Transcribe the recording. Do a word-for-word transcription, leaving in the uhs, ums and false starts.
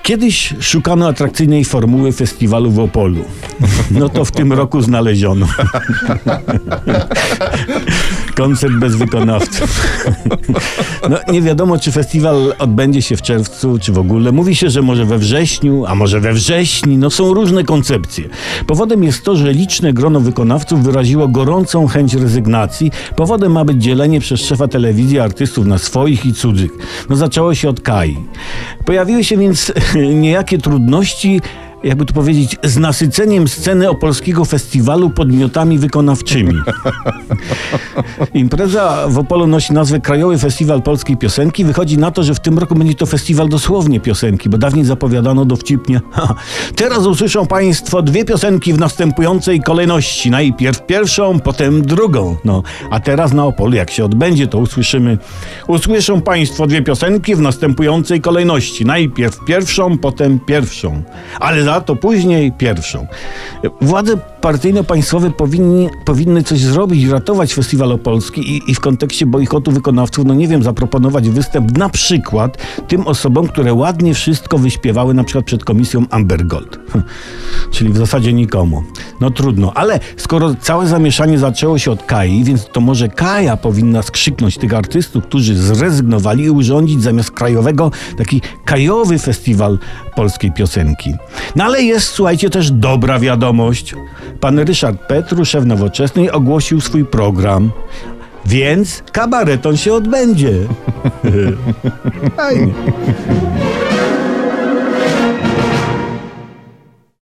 Kiedyś szukano atrakcyjnej formuły festiwalu w Opolu. No to w tym roku znaleziono. Koncert bez wykonawców. No nie wiadomo, czy festiwal odbędzie się w czerwcu, czy w ogóle. Mówi się, że może we wrześniu, a może we wrześni. No są różne koncepcje. Powodem jest to, że liczne grono wykonawców wyraziło gorącą chęć rezygnacji. Powodem ma być dzielenie przez szefa telewizji artystów na swoich i cudzych. No zaczęło się od Kai. Pojawiły się więc niejakie trudności, jakby to powiedzieć, z nasyceniem sceny opolskiego festiwalu podmiotami wykonawczymi. Impreza w Opolu nosi nazwę Krajowy Festiwal Polskiej Piosenki. Wychodzi na to, że w tym roku będzie to festiwal dosłownie piosenki, bo dawniej zapowiadano dowcipnie: ha, teraz usłyszą Państwo dwie piosenki w następującej kolejności. Najpierw pierwszą, potem drugą. No, a teraz na Opolu, jak się odbędzie, to usłyszymy: usłyszą Państwo dwie piosenki w następującej kolejności. Najpierw pierwszą, potem pierwszą. Ale za to później pierwszą. Władze partyjno-państwowe powinni, powinny coś zrobić, ratować festiwal opolski i, i w kontekście bojkotu wykonawców, no nie wiem, zaproponować występ na przykład tym osobom, które ładnie wszystko wyśpiewały na przykład przed komisją Amber Gold. Czyli w zasadzie nikomu. No trudno, ale skoro całe zamieszanie zaczęło się od Kai, więc to może Kaja powinna skrzyknąć tych artystów, którzy zrezygnowali, i urządzić zamiast krajowego taki kajowy festiwal polskiej piosenki. No ale jest, słuchajcie, też dobra wiadomość. Pan Ryszard Petru, szef Nowoczesnej, ogłosił swój program. Więc kabareton się odbędzie. Fajnie.